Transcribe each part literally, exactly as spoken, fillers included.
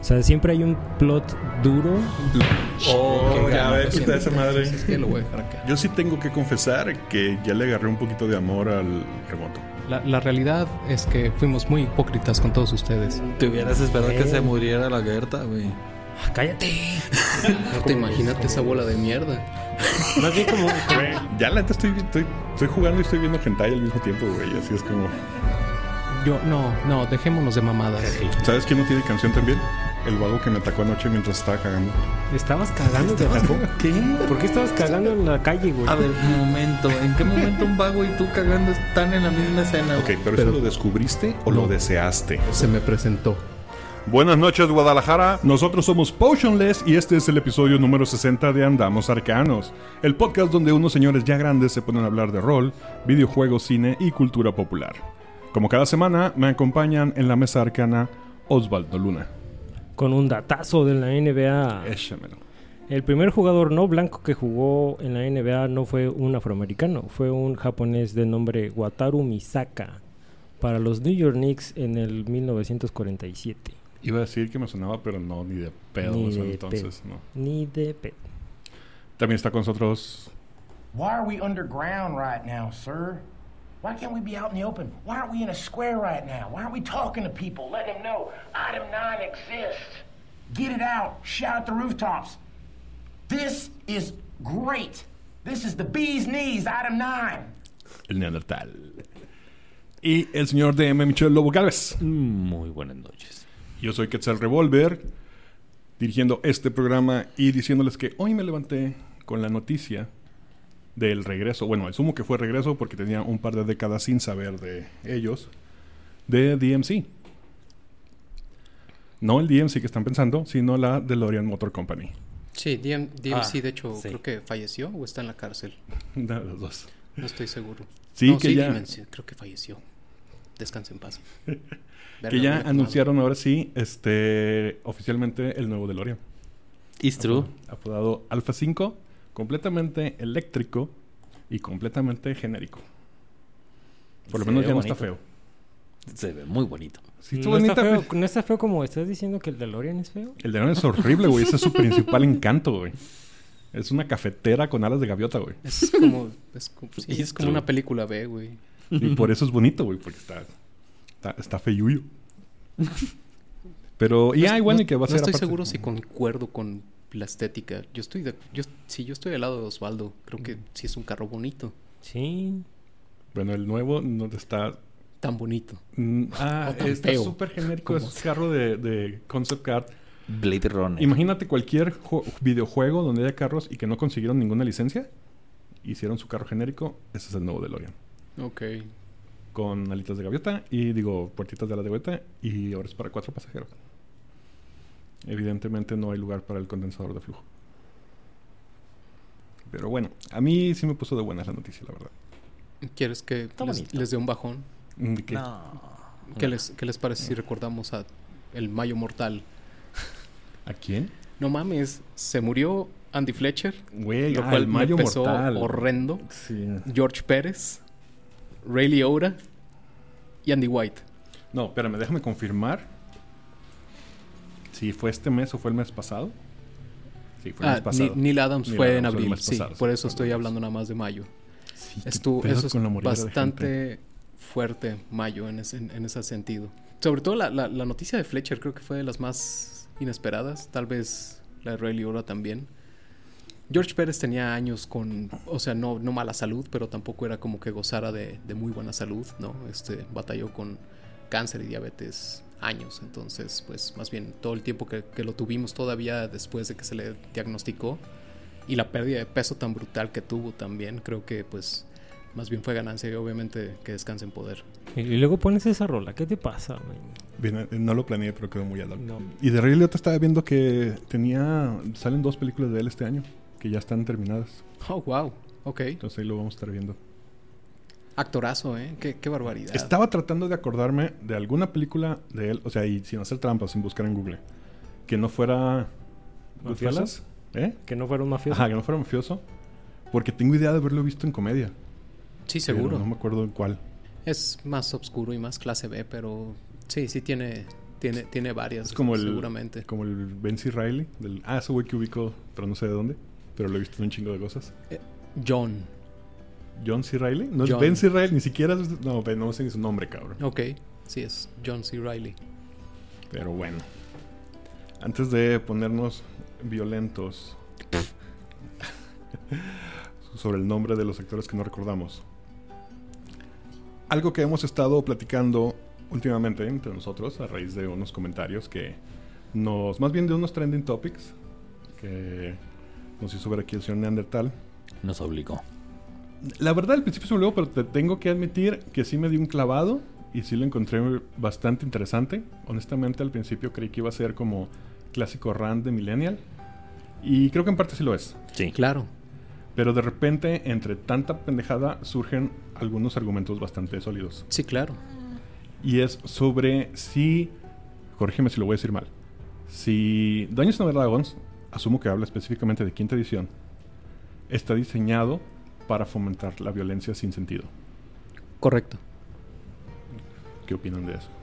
sea, siempre hay un plot duro. Oh, ya ves, está esa madre. Es que lo voy a dejar acá. Yo sí tengo que confesar que ya le agarré un poquito de amor al remoto. La, la realidad es que fuimos muy hipócritas con todos ustedes. Te hubieras esperado Eh. que se muriera la Gerta, güey. Ah, ¡cállate! No te imagínate esa bola de mierda. Más bien como... Ya la neta estoy, estoy, estoy jugando y estoy viendo hentai al mismo tiempo, güey. Así es como... Yo, no, no, dejémonos de mamadas. ¿Sabes quién no tiene canción también? El vago que me atacó anoche mientras estaba cagando. ¿Estabas cagando? ¿Te atacó? ¿Qué? ¿Por qué estabas cagando en la calle, güey? A ver, un momento. ¿En qué momento un vago y tú cagando están en la misma escena? Ok, pero, Pero- ¿eso lo descubriste o No. lo deseaste? Se me presentó. Buenas noches, Guadalajara. Nosotros somos Potionless y este es el episodio número sesenta de Andamos Arcanos, el podcast donde unos señores ya grandes se ponen a hablar de rol, videojuegos, cine y cultura popular. Como cada semana, me acompañan en la mesa arcana Osvaldo Luna. Con un datazo de la N B A. Échamelo. El primer jugador no blanco que jugó en la N B A no fue un afroamericano, fue un japonés de nombre Wataru Misaka para los New York Knicks en el mil novecientos cuarenta y siete. Iba a decir que me sonaba, pero no, ni de pedo. Ni o sea, de entonces, no. Ni de pedo. También está con nosotros... Why are we underground right now, sir? Why can't we be out in the open? Why aren't we in a square right now? Why aren't we talking to people, letting them know Item nine exists? Get it out. Shout at the rooftops. This is great. This is the bee's knees, Item nine. El Neandertal. Y el señor D M Michel Lobo Galvez. Muy buenas noches. Yo soy Quetzal Revolver, dirigiendo este programa y diciéndoles que hoy me levanté con la noticia del regreso. Bueno, asumo que fue regreso porque tenía un par de décadas sin saber de ellos. De D M C. No el D M C que están pensando, sino la DeLorean Motor Company. Sí, D M, D M C Ah, de hecho sí. creo que falleció o está en la cárcel. Una de las dos. No estoy seguro. Sí, no, que sí, ya- D M C, creo que falleció. Descanse en paz. Que Verga, ya hubiera anunciaron ahora sí, este, oficialmente el nuevo DeLorean. It's true. Apodado Alpha cinco, completamente eléctrico y completamente genérico. Por lo Se menos ve ya no bonito. está feo. Se ve muy bonito. Sí, no, está está bonita, feo, pero- no está feo como estás diciendo que el DeLorean es feo. El DeLorean es horrible, güey. Ese es su principal encanto, güey. Es una cafetera con alas de gaviota, güey. Es como, es como, sí, It's es como true. una película B, güey. Y por eso es bonito, güey, porque está, está, está feyuyo. Pero, y No- ay, bueno, no- y que va a no ser estoy aparte- seguro si concuerdo con la estética. Yo estoy de, yo, sí, yo estoy al lado de Osvaldo. Creo que sí es un carro bonito. Sí. Bueno, el nuevo no está... Tan bonito. mm, ah, O tan está feo. súper genérico. Como- Es carro de, de concept car. Blade Runner. Imagínate cualquier ju- videojuego donde haya carros y que no consiguieron ninguna licencia. Hicieron su carro genérico. Ese es el nuevo DeLorean. Ok. Con alitas de gaviota y, digo, puertitas de alas de gaviota. Y ahora es para cuatro pasajeros. Evidentemente no hay lugar para el condensador de flujo. Pero bueno, a mí sí me puso de buenas la noticia, la verdad. ¿Quieres que Está les, bonito. les dé un bajón? Mm, ¿de qué? No. ¿Qué, les, ¿Qué les parece si recordamos a el Mayo Mortal? ¿A quién? No mames, se murió Andy Fletcher, Güey, lo ah, cual el me Mayo pesó Mortal. horrendo. Sí. George Pérez, Ray Liotta y Andy White. No, espérame, déjame confirmar. Si fue este mes o fue el mes pasado. Sí, fue el Ah, mes pasado. Ni- Neil Adams Neil fue en Adams fue el abril, mes sí. pasado, Por sí, eso fue estoy el mes hablando nada más de mayo. Sí, qué Estuvo, pedo eso es con la moridera de gente. bastante fuerte mayo en ese, en, en ese sentido. Sobre todo la, la, la noticia de Fletcher creo que fue de las más inesperadas. Tal vez la de Ray Liotta también. George Pérez tenía años con, o sea, no, no mala salud, pero tampoco era como que gozara de, de muy buena salud, ¿no? Este, batalló con cáncer y diabetes años, entonces, pues, más bien todo el tiempo que, que lo tuvimos todavía después de que se le diagnosticó y la pérdida de peso tan brutal que tuvo también, creo que, pues, más bien fue ganancia y obviamente que descanse en poder. Y, y luego pones esa rola. ¿Qué te pasa, man? Bien, eh, no lo planeé, pero quedó muy ad hoc. No. Y de Ray Liotta estaba viendo que tenía... Salen dos películas de él este año. Que ya están terminadas. Oh, wow, ok. Entonces ahí lo vamos a estar viendo. Actorazo, ¿eh? Qué, qué barbaridad. Estaba tratando de acordarme de alguna película de él. O sea, y sin hacer trampas, sin buscar en Google. Que no fuera... ¿Mafioso? Goodfellas. ¿Eh? Que no fuera un mafioso. Ajá, que no fuera mafioso. Porque tengo idea de haberlo visto en comedia. Sí, Pero seguro. no me acuerdo en cuál. Es más oscuro y más clase B, pero sí, sí tiene Tiene, tiene varias, Es como el, seguramente. como el Ben C. Riley. Del, ah, ese güey que ubico, pero no sé de dónde. Pero lo he visto en un chingo de cosas. Eh, John. ¿John C. Riley? No John. es Ben C. Riley, ni siquiera es... No, no sé ni su nombre, cabrón. Ok, sí es John C. Riley. Pero bueno. Antes de ponernos violentos sobre el nombre de los actores que no recordamos. Algo que hemos estado platicando últimamente entre nosotros a raíz de unos comentarios que nos... Más bien de unos trending topics que nos hizo ver aquí el señor Neandertal. Nos obligó. La verdad al principio se me olvidó, pero te tengo que admitir que sí me dio un clavado y sí lo encontré bastante interesante. Honestamente al principio creí que iba a ser como clásico rant de Millennial y creo que en parte sí lo es. Sí. Claro. Pero de repente entre tanta pendejada surgen algunos argumentos bastante sólidos. Sí, claro. Y es sobre si, corrígeme si lo voy a decir mal, si Dungeons and Dragons, asumo que habla específicamente de quinta edición, está diseñado para fomentar la violencia sin sentido. Correcto. ¿Qué opinan de eso?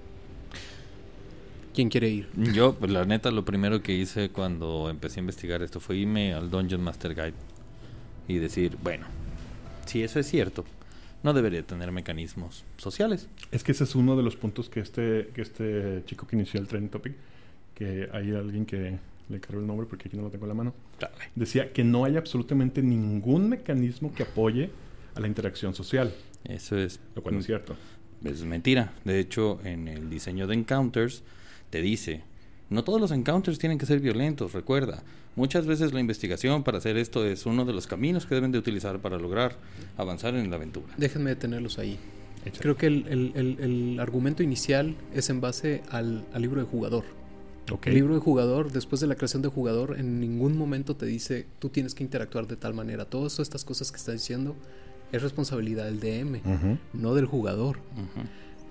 ¿Quién quiere ir? Yo, pues, la neta, lo primero que hice cuando empecé a investigar esto fue irme al Dungeon Master Guide y decir, bueno, si eso es cierto, no debería tener mecanismos sociales. Es que ese es uno de los puntos que este, que este chico que inició el trending topic, que hay alguien que le cargo el nombre porque aquí no lo tengo en la mano, Dale. decía que no hay absolutamente ningún mecanismo que apoye a la interacción social, Eso es, lo cual no es cierto. es mentira. De hecho, en el diseño de encounters te dice, no todos los encounters tienen que ser violentos, recuerda. Muchas veces la investigación para hacer esto es uno de los caminos que deben de utilizar para lograr avanzar en la aventura. Déjenme detenerlos ahí. Échale. Creo que el, el- el- el argumento inicial es en base al, al libro de jugador. Ok. El libro de jugador, después de la creación de jugador, en ningún momento te dice tú tienes que interactuar de tal manera. Todas estas cosas que está diciendo es responsabilidad del D M, Ujú. no del jugador. Ujú.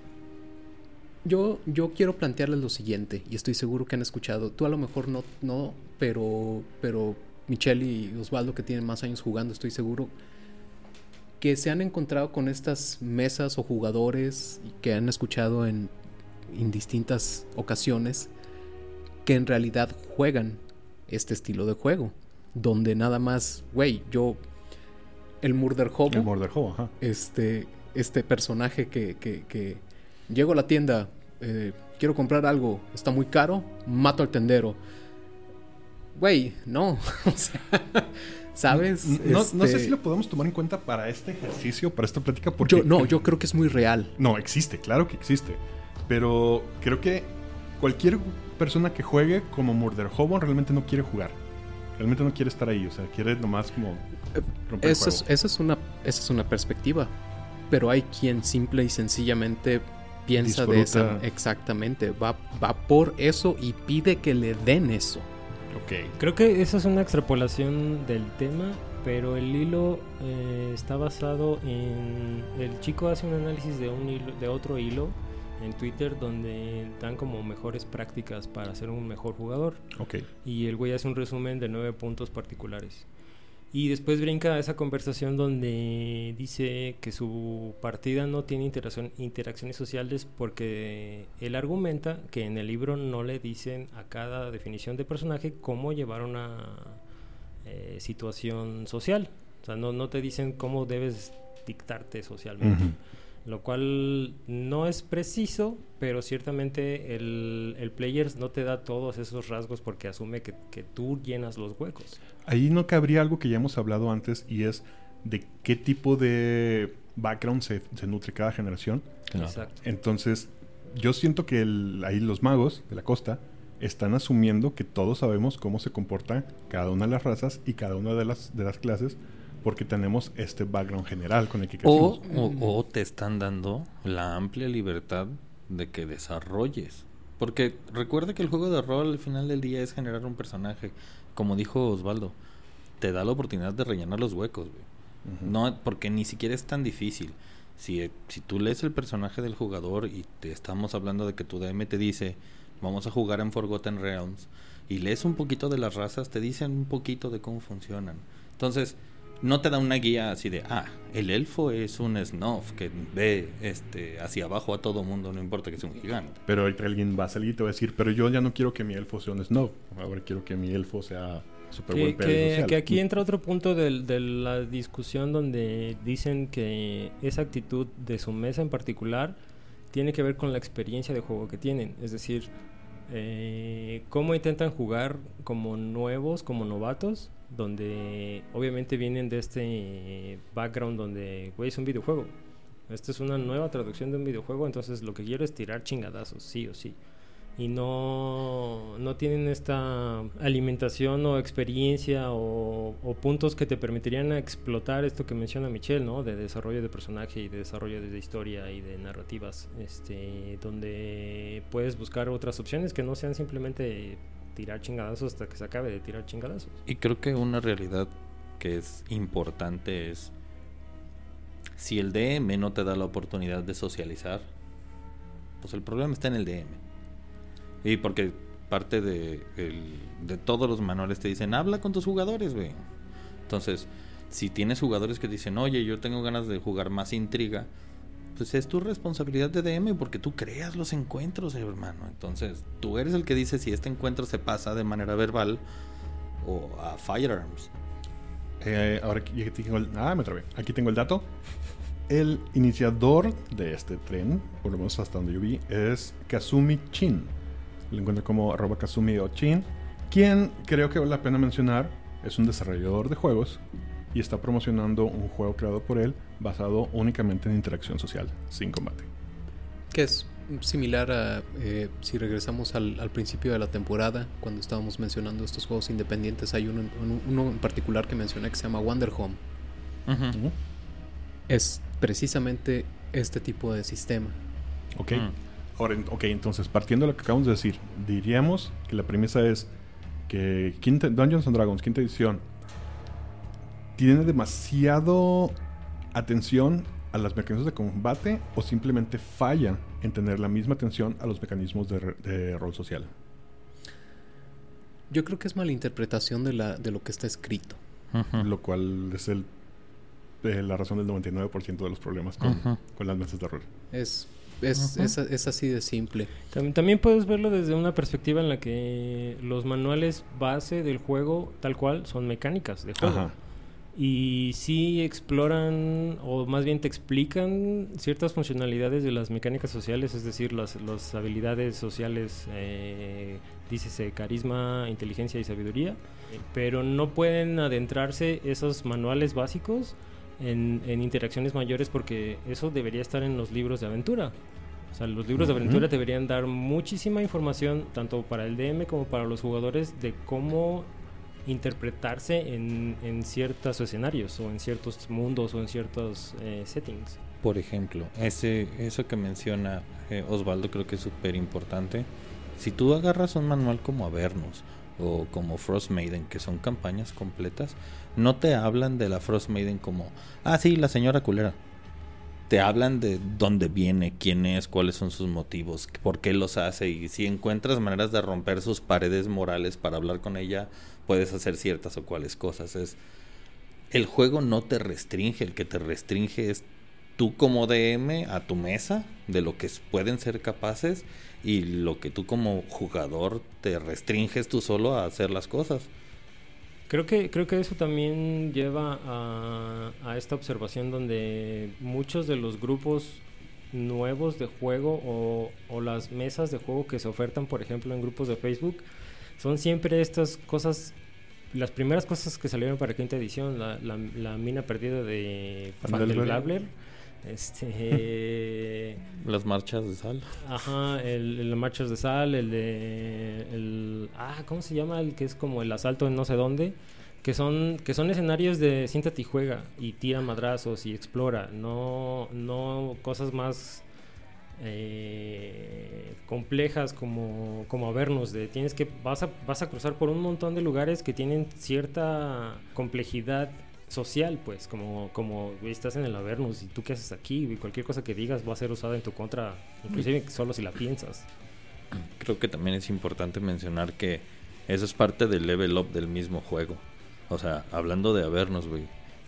Yo, yo quiero plantearles lo siguiente, y estoy seguro que han escuchado. Tú a lo mejor no, no pero, pero Michelle y Osvaldo, que tienen más años jugando, estoy seguro que se han encontrado con estas mesas o jugadores que han escuchado en, en distintas ocasiones que en realidad juegan este estilo de juego, donde nada más, güey, yo, el Murder Hobo, El Murder Hobo, ajá. este, este personaje que, que, que llego a la tienda, eh, quiero comprar algo, está muy caro, mato al tendero. Güey, no, o sea, ¿sabes? No, no sé Este, si lo podemos tomar en cuenta para este ejercicio, para esta plática, porque... yo, no, yo creo que es muy real. No, existe, claro que existe. Pero creo que cualquier persona que juegue como Murder Hobo realmente no quiere jugar. Realmente no quiere estar ahí, o sea, quiere nomás como romper Esa el es, juego. esa es una, esa es una perspectiva. Pero hay quien simple y sencillamente piensa de Disfruta. esa. Exactamente. Va, va por eso y pide que le den eso. Ok. Creo que esa es una extrapolación del tema, pero el hilo eh, está basado en... El chico hace un análisis de, un hilo, de otro hilo en Twitter donde dan como mejores prácticas para ser un mejor jugador. Ok. Y el güey hace un resumen de nueve puntos particulares. Y después brinca a esa conversación donde dice que su partida no tiene interacción, interacciones sociales porque él argumenta que en el libro no le dicen a cada definición de personaje cómo llevar una eh, situación social. O sea, no, no te dicen cómo debes dictarte socialmente. Ujú. Lo cual no es preciso, pero ciertamente el, el player no te da todos esos rasgos porque asume que, que tú llenas los huecos. Ahí no cabría algo que ya hemos hablado antes y es de qué tipo de background se, se nutre cada generación. Claro. Exacto. Entonces, yo siento que el- ahí los magos de la costa están asumiendo que todos sabemos cómo se comporta cada una de las razas y cada una de las, de las clases porque tenemos este background general con el que O, crecimos. o, o te están dando la amplia libertad de que desarrolles. Porque recuerda que el juego de rol al final del día es generar un personaje. Como dijo Osvaldo, te da la oportunidad de rellenar los huecos, güey. Ujú. No, porque ni siquiera es tan difícil. Si, si tú lees el personaje del jugador y te estamos hablando de que tu D M te dice, vamos a jugar en Forgotten Realms, y lees un poquito de las razas, te dicen un poquito de cómo funcionan. Entonces, no te da una guía así de, ah, el elfo es un snuff que ve este hacia abajo a todo mundo, no importa que sea un gigante. Pero ahorita alguien va a salir y te va a decir, pero yo ya no quiero que mi elfo sea un snob. Ahora quiero que mi elfo sea súper Que, buen pedo que, social. que aquí entra otro punto del- de, la discusión donde dicen que esa actitud de su mesa en particular tiene que ver con la experiencia de juego que tienen. Es decir, eh, cómo intentan jugar como nuevos, como novatos, donde obviamente vienen de este background donde, güey, es un videojuego. Esta es una nueva traducción de un videojuego, entonces lo que quiero es tirar chingadazos, sí o sí. Y no, no tienen esta alimentación o experiencia o, o puntos que te permitirían explotar esto que menciona Michelle, ¿no? De desarrollo de personaje y de desarrollo de historia y de narrativas, este, donde puedes buscar otras opciones que no sean simplemente tirar chingadazos hasta que se acabe de tirar chingadazos. Y creo que una realidad que es importante es, si el D M no te da la oportunidad de socializar, pues el problema está en el D M. Y porque parte de, el, de todos los manuales te dicen, habla con tus jugadores, güey. Entonces, si tienes jugadores que dicen, oye, yo tengo ganas de jugar más intriga, pues es tu responsabilidad de D M, porque tú creas los encuentros, hermano. Entonces, tú eres el que dice si este encuentro se pasa de manera verbal o a firearms. Eh, ahora aquí tengo el, ah, me trabé. Aquí tengo el dato. El iniciador de este tren, por lo menos hasta donde yo vi, es Kazumi Chin. Lo encuentro como arroba Kazumi o Chin, quien creo que vale la pena mencionar. Es un desarrollador de juegos y está promocionando un juego creado por él basado únicamente en interacción social, sin combate. Que es similar a, eh, si regresamos al, al principio de la temporada, cuando estábamos mencionando estos juegos independientes, hay uno, uno, uno en particular que mencioné que se llama Wonder Home. Uh-huh. Es precisamente este tipo de sistema. Ok. Mm. Ahora, en- ok, entonces, partiendo de lo que acabamos de decir, diríamos que la premisa es que quinta, Dungeons and Dragons, quinta edición, tiene demasiado atención a las mecanismos de combate o simplemente falla en tener la misma atención a los mecanismos de, re- de rol social. Yo creo que es malinterpretación de, la, de lo que está escrito. Uh-huh. Lo cual es el, eh, la razón del noventa y nueve por ciento de los problemas con, Ujú. con las mesas de rol. Es, es, Ujú. es, es así de simple. Tam- También puedes verlo desde una perspectiva en la que los manuales base del juego, tal cual, son mecánicas de juego. Ajá. Y sí exploran, o más bien te explican ciertas funcionalidades de las mecánicas sociales, es decir, las, las habilidades sociales, eh, dícese carisma, inteligencia y sabiduría, eh, pero no pueden adentrarse esos manuales básicos en, en interacciones mayores, porque eso debería estar en los libros de aventura. O sea, los libros de Ujú. aventura deberían dar muchísima información, tanto para el D M como para los jugadores, de cómo interpretarse en, en ciertos escenarios o en ciertos mundos o en ciertos eh, settings. Por ejemplo, ese eso que menciona eh, Osvaldo creo que es súper importante. Si tú agarras un manual como Avernus o como Frost Maiden, que son campañas completas, no te hablan de la Frost Maiden como, ah, sí, la señora culera. Te hablan de dónde viene, quién es, cuáles son sus motivos, por qué los hace, y si encuentras maneras de romper sus paredes morales para hablar con ella, puedes hacer ciertas o cuales cosas. Es el juego no te restringe, el que te restringe es tú como D M a tu mesa de lo que pueden ser capaces, y lo que tú como jugador te restringes tú solo a hacer las cosas. Creo que, creo que eso también lleva a, a esta observación donde muchos de los grupos nuevos de juego o, o las mesas de juego que se ofertan, por ejemplo, en grupos de Facebook, son siempre estas cosas, las primeras cosas que salieron para quinta edición, la, la, la mina perdida de Fandelver. Fandelver, este... Las marchas de sal. Ajá, el, el de Marchas de Sal, el de... El, ah, ¿cómo se llama? El que es como el asalto en no sé dónde. Que son, que son escenarios de siéntate y juega y tira madrazos y explora. No, no cosas más eh, complejas como, como Avernus. De tienes que, vas a, vas a cruzar por un montón de lugares que tienen cierta complejidad social, pues, como, como güey, estás en el Avernus y tú qué haces aquí, y cualquier cosa que digas va a ser usada en tu contra, inclusive solo si la piensas. Creo que también es importante mencionar que eso es parte del level up del mismo juego. O sea, hablando de Avernus, güey,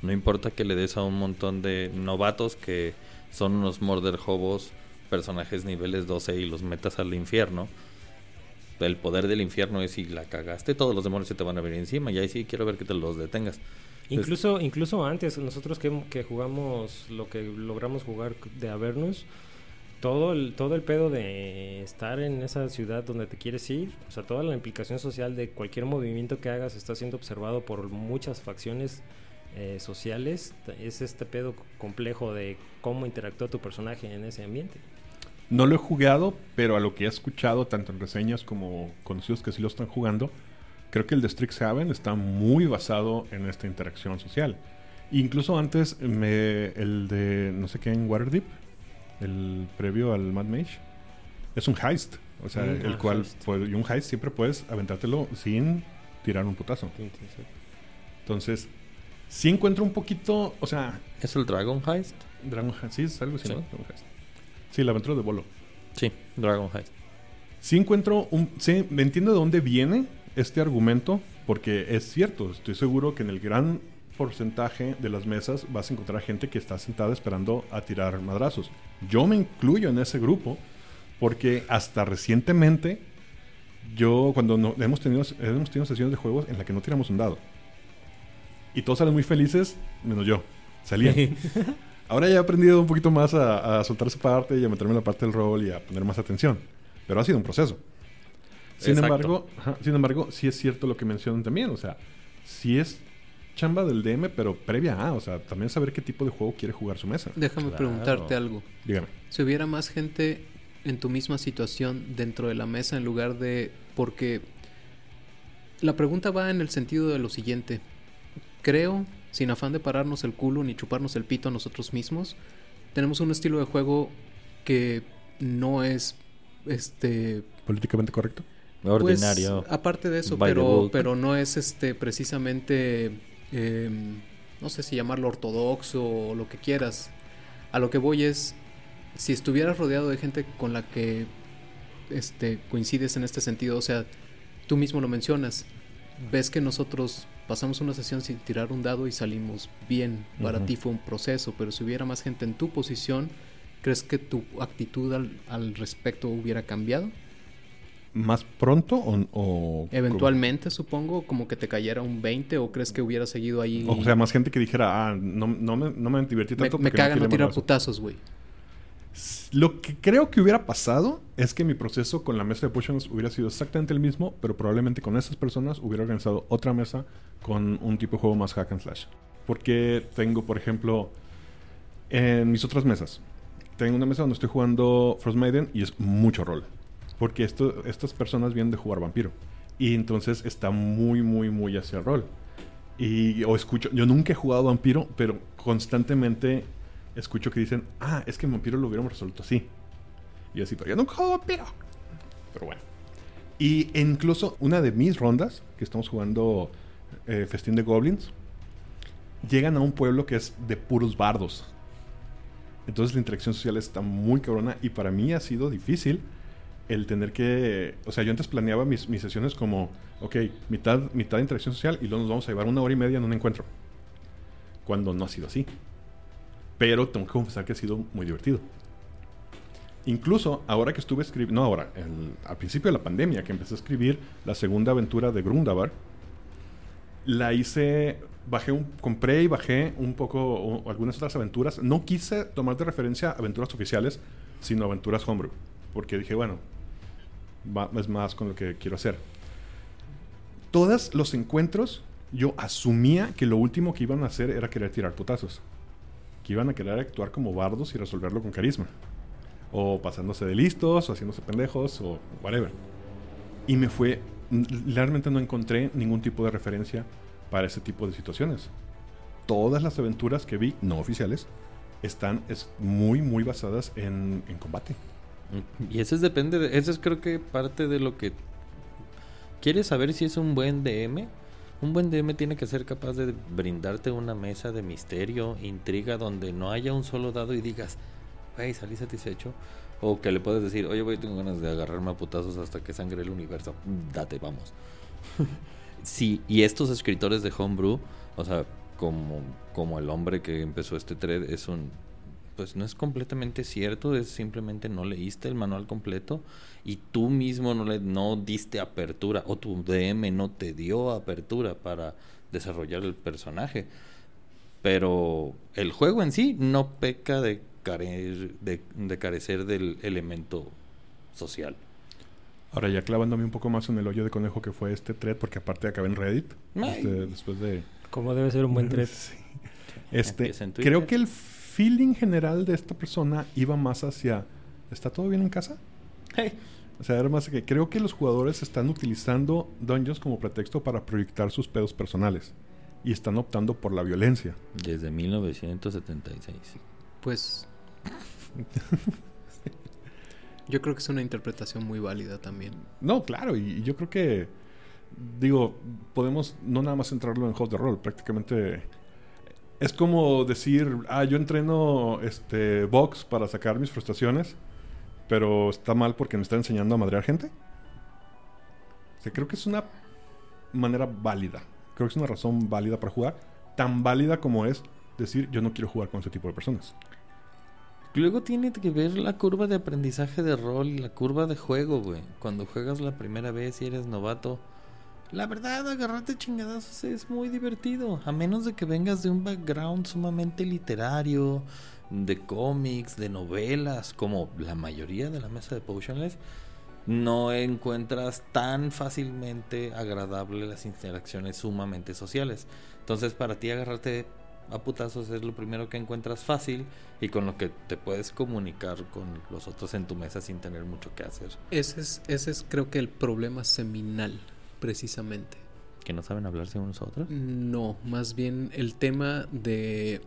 No importa que le des a un montón de novatos que son unos murder hobos, personajes niveles doce y los metas al infierno. El poder del infierno es si la cagaste, todos los demonios se te van a venir encima y ahí sí quiero ver que te los detengas. Incluso, incluso antes, nosotros que, que jugamos lo que logramos jugar de Avernus, todo el, todo el pedo de estar en esa ciudad donde te quieres ir, o sea, toda la implicación social de cualquier movimiento que hagas está siendo observado por muchas facciones eh, sociales. Es este pedo complejo de cómo interactúa tu personaje en ese ambiente. No lo he jugado, pero a lo que he escuchado, tanto en reseñas como conocidos que sí lo están jugando, creo que el de Strixhaven está muy basado en esta interacción social. Incluso antes, me, el de no sé qué en Waterdeep, el previo al Mad Mage, es un heist. O sea, Mm, el ah, cual, heist. pues, y un heist siempre puedes aventártelo sin tirar un putazo. Entonces, sí encuentro un poquito, o sea, ¿Es el Dragon Heist? Dragon Heist, sí, es algo así, Sí. ¿no? Dragon Heist. Sí, la aventura de Bolo. Sí, Dragon Heist. Sí encuentro un... Sí, me entiendo de dónde viene este argumento, porque es cierto, estoy seguro que en el gran porcentaje de las mesas vas a encontrar gente que está sentada esperando a tirar madrazos. Yo me incluyo en ese grupo, porque hasta recientemente, yo cuando no, hemos, tenido, hemos tenido sesiones de juegos en las que no tiramos un dado. Y todos salen muy felices, menos yo. Salían. Ahora ya he aprendido un poquito más a, a soltar esa parte y a meterme en la parte del rol y a poner más atención. Pero ha sido un proceso. Sin Exacto. embargo, ajá, sin embargo, sí es cierto lo que mencionan también. O sea, sí es chamba del D M, pero previa a, o sea, también saber qué tipo de juego quiere jugar su mesa. Déjame Claro. preguntarte algo. Dígame. Si hubiera más gente en tu misma situación dentro de la mesa en lugar de... Porque la pregunta va en el sentido de lo siguiente. Creo, sin afán de pararnos el culo ni chuparnos el pito a nosotros mismos, tenemos un estilo de juego que no es este ¿Políticamente correcto? Ordinario. pues, aparte de eso, By the pero book. pero no es este precisamente eh, no sé si llamarlo ortodoxo o lo que quieras. A lo que voy es, si estuvieras rodeado de gente con la que este coincides en este sentido, o sea, tú mismo lo mencionas, ves que nosotros pasamos una sesión sin tirar un dado y salimos bien. Para Ujú. ti fue un proceso, pero si hubiera más gente en tu posición, ¿crees que tu actitud al, al respecto hubiera cambiado? ¿Más pronto o...? o Eventualmente, supongo, como que te cayera un veinte, o crees que hubiera seguido ahí. O sea, más gente que dijera, ah, no, no, me, no me divertí me, tanto me porque caga no tiré tirar madrazo. putazos, güey. Lo que creo que hubiera pasado es que mi proceso con la mesa de Potions hubiera sido exactamente el mismo, pero probablemente con esas personas hubiera organizado otra mesa con un tipo de juego más hack and slash. Porque tengo, por ejemplo, en mis otras mesas, tengo una mesa donde estoy jugando Frostmaiden y es mucho rol. Porque esto, estas personas vienen de jugar vampiro. Y entonces está muy, muy, muy hacia el rol. Y o escucho, yo nunca he jugado vampiro, pero constantemente escucho que dicen, ah, es que en vampiro lo hubiéramos resuelto así. Y yo así, pero yo nunca he jugado vampiro. Pero bueno. Y incluso una de mis rondas, que estamos jugando eh, Festín de Goblins, llegan a un pueblo que es de puros bardos. Entonces la interacción social está muy cabrona y para mí ha sido difícil el tener que... O sea, yo antes planeaba mis, mis sesiones como, ok, mitad, mitad de interacción social y luego nos vamos a llevar una hora y media en un encuentro. Cuando no ha sido así. Pero tengo que confesar que ha sido muy divertido. Incluso ahora que estuve escribiendo... No ahora, el, al principio de la pandemia, que empecé a escribir la segunda aventura de Grundavar, la hice... Bajé un, compré y bajé un poco o, algunas otras aventuras. No quise tomar de referencia aventuras oficiales, sino aventuras homebrew. Porque dije, bueno, va, es más con lo que quiero hacer. Todos los encuentros, yo asumía que lo último que iban a hacer era querer tirar putazos. Que iban a querer actuar como bardos y resolverlo con carisma. O pasándose de listos, o haciéndose pendejos, o whatever. Y me fue... Realmente no encontré ningún tipo de referencia para ese tipo de situaciones. Todas las aventuras que vi, no oficiales, están es muy, muy basadas en, en combate. Y eso es depende de, eso es creo que parte de lo que quieres saber si es un buen D M. Un buen D M tiene que ser capaz de brindarte una mesa de misterio, intriga, donde no haya un solo dado y digas, güey, salí satisfecho. O que le puedes decir, oye, güey, tengo ganas de agarrarme a putazos hasta que sangre el universo. Date, vamos. Sí, y estos escritores de Homebrew, o sea, como, como el hombre que empezó este thread es un... Pues no es completamente cierto, es simplemente no leíste el manual completo y tú mismo no le no diste apertura o tu D M no te dio apertura para desarrollar el personaje. Pero el juego en sí no peca de, care, de, de carecer del elemento social. Ahora ya clavándome un poco más en el hoyo de conejo que fue este thread, porque aparte acabé en Reddit, este, después de... Como debe ser un buen thread. Sí. Este, creo que el feeling general de esta persona iba más hacia ¿está todo bien en casa? Hey. O sea, era más que creo que los jugadores están utilizando Dungeons como pretexto para proyectar sus pedos personales y están optando por la violencia. Desde mil novecientos setenta y seis. Pues yo creo que es una interpretación muy válida también. No, claro, y, y yo creo que digo, podemos no nada más centrarlo en juegos de rol, prácticamente es como decir, ah, yo entreno este box para sacar mis frustraciones, pero está mal porque me está enseñando a madrear gente. O sea, creo que es una manera válida. Creo que es una razón válida para jugar. Tan válida como es decir, yo no quiero jugar con ese tipo de personas. Luego tiene que ver la curva de aprendizaje de rol y la curva de juego, güey. Cuando juegas la primera vez y eres novato, la verdad, agarrarte chingadazos es muy divertido. A menos de que vengas de un background sumamente literario, de cómics, de novelas, como la mayoría de la mesa de Potionless, no encuentras tan fácilmente agradable las interacciones sumamente sociales. Entonces, para ti agarrarte a putazos es lo primero que encuentras fácil y con lo que te puedes comunicar con los otros en tu mesa sin tener mucho que hacer. Ese es, ese es creo que el problema seminal, precisamente. ¿Que no saben hablarse unos a otros? No, más bien el tema de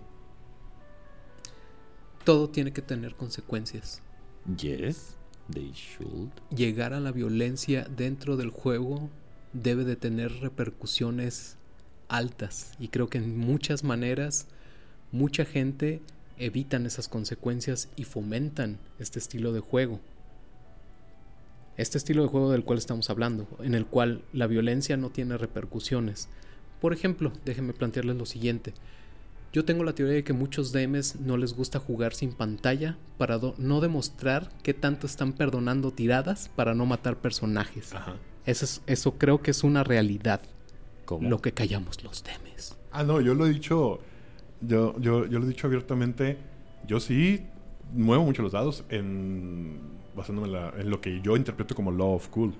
todo tiene que tener consecuencias. Yes, they should. Llegar a la violencia dentro del juego debe de tener repercusiones altas y creo que en muchas maneras mucha gente evitan esas consecuencias y fomentan este estilo de juego. Este estilo de juego del cual estamos hablando, en el cual la violencia no tiene repercusiones. Por ejemplo, déjenme plantearles lo siguiente. Yo tengo la teoría de que muchos D Ms no les gusta jugar sin pantalla para do- no demostrar qué tanto están perdonando tiradas para no matar personajes. Ajá. Eso, es, eso creo que es una realidad. ¿Cómo? Lo que callamos los D Ms. Ah, no, yo lo he dicho, yo, yo, yo lo he dicho abiertamente. Yo sí muevo mucho los dados en basándome en, la, en lo que yo interpreto como Law of Cool.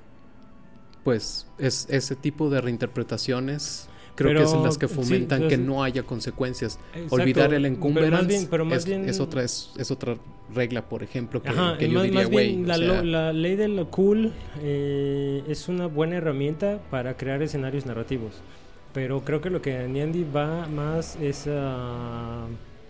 Pues es ese tipo de reinterpretaciones creo Pero, que es en las que fomentan sí, que sí. no haya consecuencias. Exacto. Olvidar el Pero encumbrance más bien- pero más es, bien- es otra es, es otra regla, por ejemplo, que, Ajá, que yo más, diría, más güey, bien o la, sea, lo- la ley de lo cool eh, es una buena herramienta para crear escenarios narrativos. Pero creo que lo que Niandy va más es a...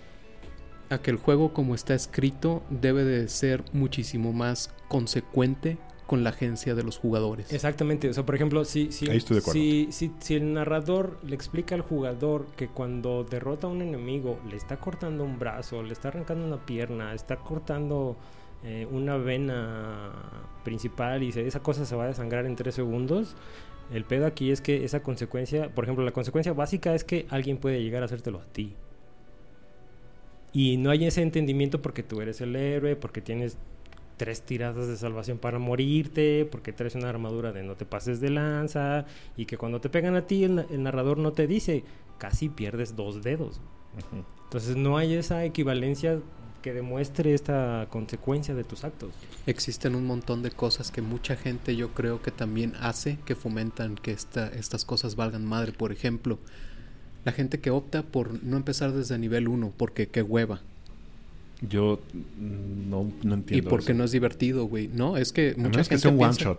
a que el juego como está escrito debe de ser muchísimo más consecuente con la agencia de los jugadores. Exactamente, o sea, por ejemplo, si, si, Ahí estoy de acuerdo. si, si, si el narrador le explica al jugador que cuando derrota a un enemigo le está cortando un brazo, le está arrancando una pierna, está cortando eh, una vena principal y se, esa cosa se va a desangrar en tres segundos, el pedo aquí es que esa consecuencia, por ejemplo, la consecuencia básica es que alguien puede llegar a hacértelo a ti. Y no hay ese entendimiento porque tú eres el héroe, porque tienes tres tiradas de salvación para morirte, porque traes una armadura de no te pases de lanza, y que cuando te pegan a ti el, el narrador no te dice, casi pierdes dos dedos. Uh-huh. Entonces no hay esa equivalencia que demuestre esta consecuencia de tus actos. Existen un montón de cosas que mucha gente yo creo que también hace que fomentan que esta, estas cosas valgan madre. Por ejemplo, la gente que opta por no empezar desde nivel uno porque qué hueva. Yo mm, no, no entiendo. Y porque eso. no es divertido, güey. No, es que A mucha menos gente que sea un one piensa- shot.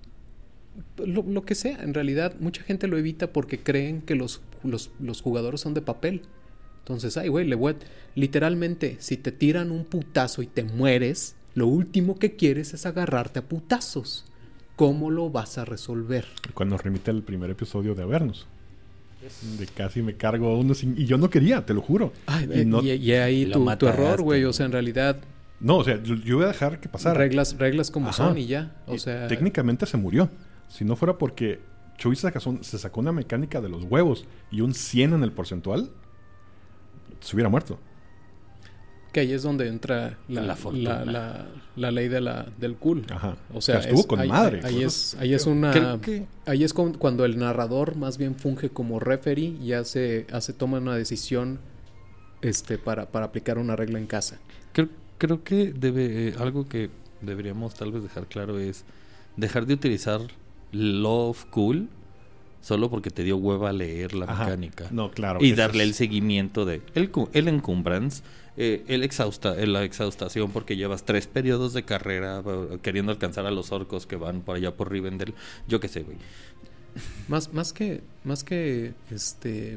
Lo, lo que sea, en realidad mucha gente lo evita porque creen que los, los, los jugadores son de papel. Entonces, ay, güey, le voy a... literalmente, si te tiran un putazo y te mueres, lo último que quieres es agarrarte a putazos. ¿Cómo lo vas a resolver? Cuando remite el primer episodio de Avernus. De casi me cargo a uno sin... Y yo no quería, te lo juro. Ay, y eh, no, y, y ahí Lo tu, tu mataste. error, güey. O sea, en realidad, no, o sea, yo, yo voy a dejar que pasara. reglas, reglas como Ajá. son y ya. O Y sea, técnicamente se murió. Si no fuera porque Chuy se sacó, se sacó una mecánica de los huevos y un cien en el porcentual, se hubiera muerto. Que ahí es donde entra la, La la, fortuna. la, la ley de la, del cool. Ajá. O sea, Que estuvo es- con ahí, madre. Ahí es, ahí es una... Creo que- Ahí es con- cuando el narrador más bien funge como referee y hace, hace toma una decisión este, para, para aplicar una regla en casa. Creo, creo que debe eh, algo que deberíamos tal vez dejar claro es dejar de utilizar Love Cool solo porque te dio hueva leer la Ajá. mecánica. No, claro. Y eso darle es- el seguimiento de el, cu- el encumbrance, eh, el exhausta, eh, la exhaustación porque llevas tres periodos de carrera eh, queriendo alcanzar a los orcos que van por allá por Rivendell. Yo qué sé, güey. Más, más que, más que este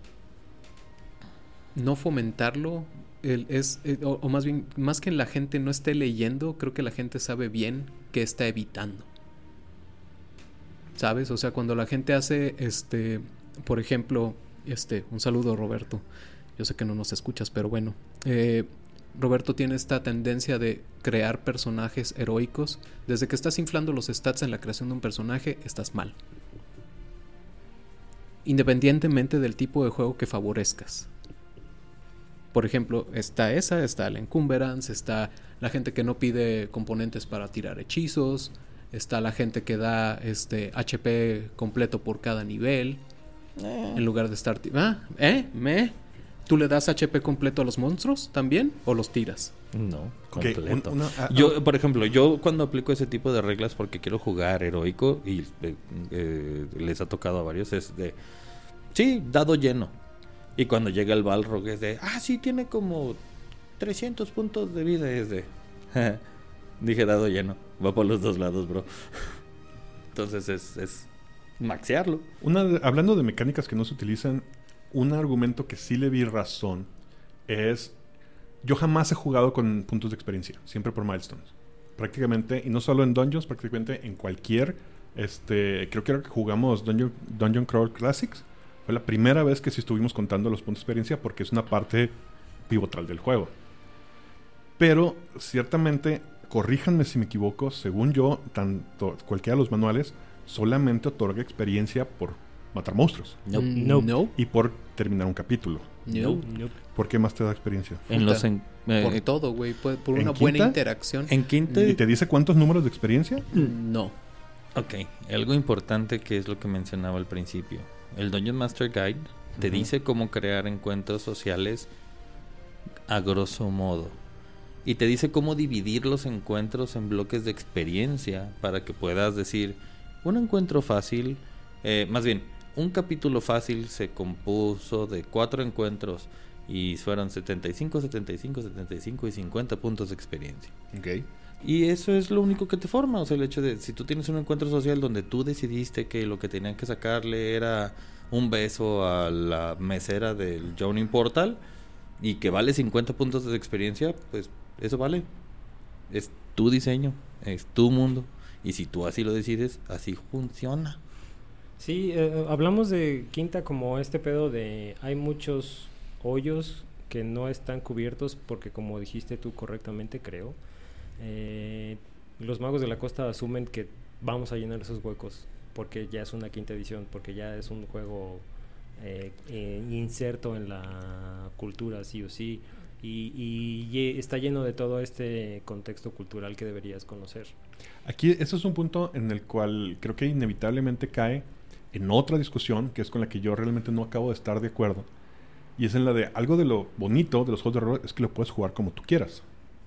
no fomentarlo, el, es, eh, o, o más bien, más que la gente no esté leyendo, creo que la gente sabe bien qué está evitando. ¿Sabes? O sea, cuando la gente hace, este, por ejemplo, este, un saludo, Roberto. Yo sé que no nos escuchas, pero bueno. Eh, Roberto tiene esta tendencia de crear personajes heroicos. Desde que estás inflando los stats en la creación de un personaje, estás mal. Independientemente del tipo de juego que favorezcas. Por ejemplo, está esa, está la encumbrance, está la gente que no pide componentes para tirar hechizos, está la gente que da este H P completo por cada nivel, en lugar de estar... ti- Ah, ¿eh? ¿Me? ¿Tú le das H P completo a los monstruos también o los tiras? No, Ok, completo. un- una- ah, Yo, por ejemplo, yo cuando aplico ese tipo de reglas porque quiero jugar heroico y eh, eh, les ha tocado a varios, es de, sí, dado lleno. Y cuando llega el Balrog es de, ah, sí, tiene como trescientos puntos de vida. Es de, dije dado lleno, va por los dos lados, bro. Entonces es, es maxearlo. Una de- hablando de mecánicas que no se utilizan, un argumento que sí le vi razón es... Yo jamás he jugado con puntos de experiencia, siempre por milestones. Prácticamente, y no solo en Dungeons, prácticamente en cualquier... este Creo que era que jugamos Dungeon, Dungeon Crawl Classics. Fue la primera vez que sí estuvimos contando los puntos de experiencia porque es una parte pivotal del juego. Pero, ciertamente, corríjanme si me equivoco, según yo, tanto cualquiera de los manuales solamente otorga experiencia por matar monstruos No. Mm, No. no. y por terminar un capítulo. No. Nope. ¿Por qué más te da experiencia? En Puta, los en, eh, Por todo, güey. Por, por ¿en una buena quinta? interacción. en quinta. ¿Y te dice cuántos números de experiencia? No. Ok, algo importante que es lo que mencionaba al principio. El Dungeon Master Guide te Ujú. dice cómo crear encuentros sociales a grosso modo. Y te dice cómo dividir los encuentros en bloques de experiencia para que puedas decir, un encuentro fácil, eh, más bien, un capítulo fácil se compuso de cuatro encuentros y fueron setenta y cinco, setenta y cinco, setenta y cinco y cincuenta puntos de experiencia. Ok. Y eso es lo único que te forma. O sea, el hecho de si tú tienes un encuentro social donde tú decidiste que lo que tenían que sacarle era un beso a la mesera del Journey Portal y que vale cincuenta puntos de experiencia, pues eso vale. Es tu diseño, es tu mundo. Y si tú así lo decides, así funciona. Sí, eh, hablamos de quinta como este pedo de hay muchos hoyos que no están cubiertos porque, como dijiste tú correctamente, creo, eh, los magos de la costa asumen que vamos a llenar esos huecos porque ya es una quinta edición, porque ya es un juego eh, eh, inserto en la cultura sí o sí, y, y ye- está lleno de todo este contexto cultural que deberías conocer. Aquí, eso es un punto en el cual creo que inevitablemente cae en otra discusión, que es con la que yo realmente no acabo de estar de acuerdo. Y es en la de algo de lo bonito de los juegos de rol es que lo puedes jugar como tú quieras.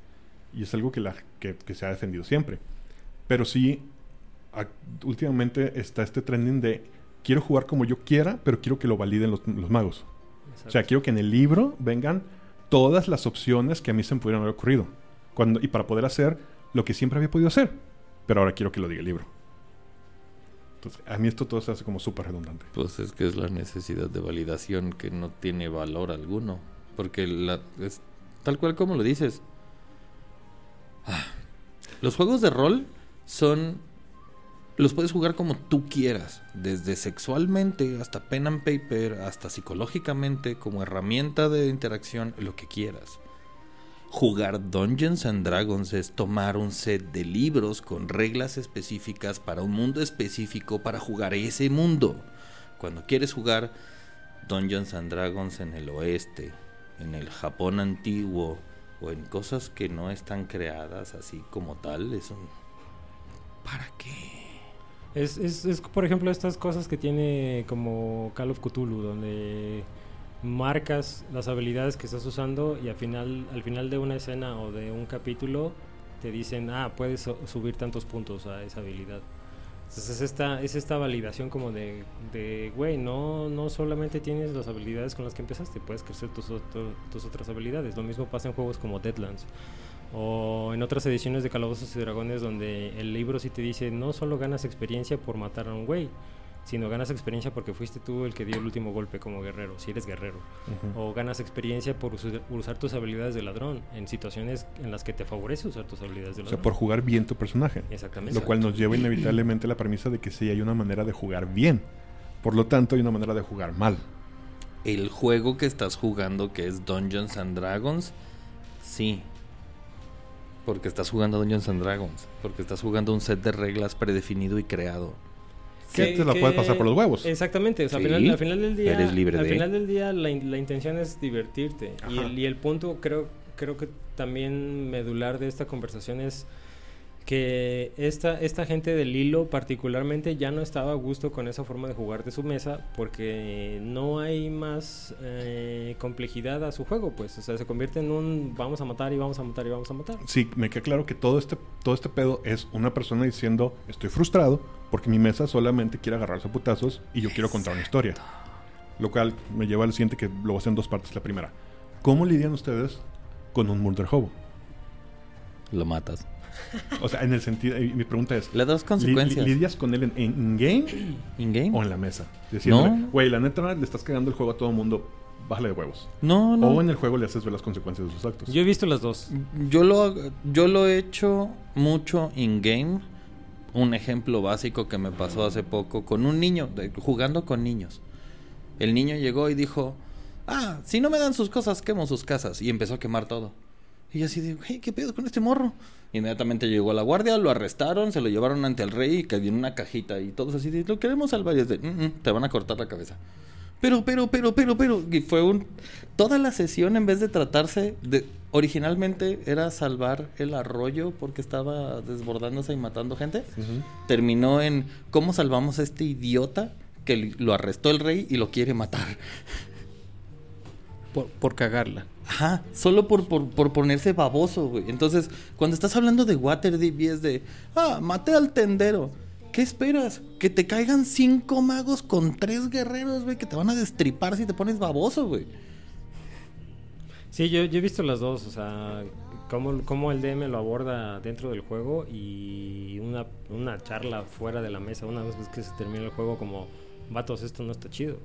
Y es algo que, la, que, que se ha defendido siempre. Pero sí, a- últimamente está este trending de quiero jugar como yo quiera, pero quiero que lo validen los, los magos. O sea, quiero que en el libro vengan todas las opciones que a mí se me pudieran haber ocurrido. Cuando, y para poder hacer lo que siempre había podido hacer. Pero ahora quiero que lo diga el libro. Entonces, a mí esto todo se hace como súper redundante. Pues es que es la necesidad de validación que no tiene valor alguno. Porque la, es tal cual como lo dices. Ah, los juegos de rol son... Los puedes jugar como tú quieras. Desde sexualmente hasta pen and paper, hasta psicológicamente, como herramienta de interacción, lo que quieras. Jugar Dungeons and Dragons es tomar un set de libros con reglas específicas para un mundo específico para jugar ese mundo. Cuando quieres jugar Dungeons and Dragons en el oeste, en el Japón antiguo o en cosas que no están creadas así como tal, es un... ¿Para qué? Es, es, es, por ejemplo, estas cosas que tiene como Call of Cthulhu, donde marcas las habilidades que estás usando y al final, al final de una escena o de un capítulo te dicen, ah, puedes so- subir tantos puntos a esa habilidad. Entonces es esta, es esta validación como de, de güey, no, no solamente tienes las habilidades con las que empezaste, puedes crecer tus, otro, tus otras habilidades. Lo mismo pasa en juegos como Deadlands o en otras ediciones de Calabozos y Dragones, donde el libro sí te dice, no solo ganas experiencia por matar a un güey, sino ganas experiencia porque fuiste tú el que dio el último golpe como guerrero, si eres guerrero. Uh-huh. O ganas experiencia por usar, usar tus habilidades de ladrón en situaciones en las que te favorece usar tus habilidades de ladrón. O sea, por jugar bien tu personaje. Exactamente. Lo cual nos lleva inevitablemente a la premisa de que sí hay una manera de jugar bien. Por lo tanto, hay una manera de jugar mal. El juego que estás jugando, que es Dungeons and Dragons, sí. Porque estás jugando Dungeons and Dragons. Porque estás jugando un set de reglas predefinido y creado. Que te la puedes pasar por los huevos. Exactamente, o sea, Sí, al, final, al final del día, eres libre al de... final del día la, in, la intención es divertirte. Y el, y el punto creo, creo que también medular de esta conversación es que esta, esta gente del hilo particularmente ya no estaba a gusto con esa forma de jugar de su mesa porque no hay más eh, complejidad a su juego, pues, o sea, se convierte en un vamos a matar y vamos a matar y vamos a matar. Sí, me queda claro que todo este, todo este pedo es una persona diciendo, estoy frustrado porque mi mesa solamente quiere agarrarse a putazos y yo quiero contar una historia. Lo cual me lleva al siguiente, que lo voy a hacer en dos partes. La primera, ¿cómo lidian ustedes con un murder hobo? Lo matas. O sea, en el sentido, mi pregunta es, le das consecuencias. Li, ¿Lidias con él en, en in-game? ¿In-game? ¿O en la mesa? Diciéndole, no. Güey, la neta le estás cagando el juego a todo el mundo, bájale de huevos. No, no. O en el juego le haces ver las consecuencias de sus actos. Yo he visto las dos. Yo lo, yo lo he hecho mucho in-game. Un ejemplo básico que me pasó hace poco con un niño, de, jugando con niños. El niño llegó y dijo, ah, si no me dan sus cosas, quemo sus casas. Y empezó a quemar todo. Y yo así digo, hey, ¿qué pedo con este morro? Inmediatamente llegó a la guardia, lo arrestaron, se lo llevaron ante el rey y cayó en una cajita. Y todos así, de, lo queremos salvar. Y es de, mm, mm, te van a cortar la cabeza. Pero, pero, pero, pero, pero. Y fue un... Toda la sesión, en vez de tratarse de... Originalmente era salvar el arroyo porque estaba desbordándose y matando gente. Uh-huh. Terminó en cómo salvamos a este idiota que lo arrestó el rey y lo quiere matar. Por, por cagarla. Ajá, solo por, por, por ponerse baboso, güey. Entonces, cuando estás hablando de Waterdeep y es de, ah, maté al tendero. ¿Qué esperas? Que te caigan cinco magos con tres guerreros, güey, que te van a destripar si te pones baboso, güey. Sí, yo, yo he visto las dos, o sea, cómo, cómo el D M lo aborda dentro del juego y una, una charla fuera de la mesa, una vez que se termina el juego, como, vatos, esto no está chido.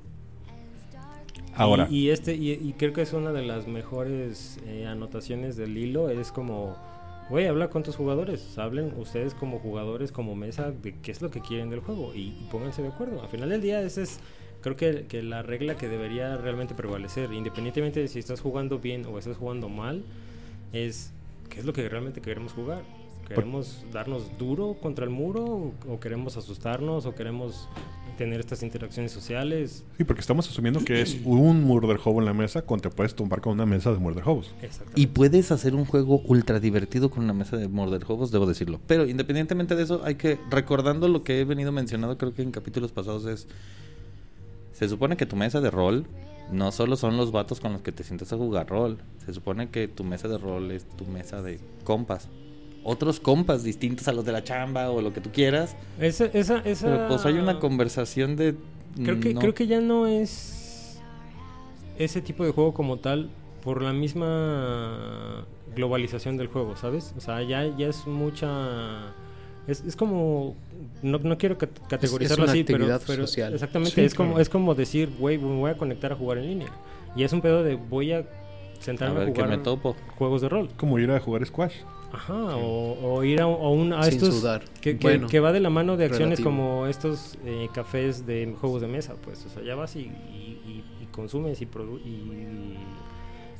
Ahora. Y, y este y, y creo que es una de las mejores eh, anotaciones del hilo, es como, güey, habla con tus jugadores, hablen ustedes como jugadores, como mesa, de qué es lo que quieren del juego y, y pónganse de acuerdo. Al final del día, ese es, creo que, que la regla que debería realmente prevalecer, independientemente de si estás jugando bien o estás jugando mal, es qué es lo que realmente queremos jugar. ¿Queremos Por... darnos duro contra el muro o, o queremos asustarnos o queremos tener estas interacciones sociales? Sí, porque estamos asumiendo que es un murder hobo en la mesa cuando te puedes tumbar con una mesa de murder hobos. Y puedes hacer un juego ultra divertido con una mesa de murder hobos, debo decirlo. Pero independientemente de eso, hay que, recordando lo que he venido mencionando, creo que en capítulos pasados es, se supone que tu mesa de rol no solo son los vatos con los que te sientas a jugar rol. Se supone que tu mesa de rol es tu mesa de compas. Otros compas distintos a los de la chamba o lo que tú quieras. Esa, esa, esa... Pero pues hay una conversación de... Creo que, no. creo que ya no es ese tipo de juego como tal por la misma globalización del juego, ¿sabes? O sea, ya, ya es mucha... Es, es como... No, no quiero categorizarlo es, es así, actividad pero, pero social. exactamente, Sí, es, claro. como, es como decir, güey, me voy a conectar a jugar en línea. Y es un pedo de voy a sentarme A a, ver jugar qué me topo. juegos de rol. Como ir a jugar squash. Ajá, o, o ir a, o un, a Sin estos sudar. Que, que, Bueno, que va de la mano de acciones relativo. como estos eh, cafés de juegos de mesa, pues, o sea, ya vas y, y, y, y consumes y, produ- y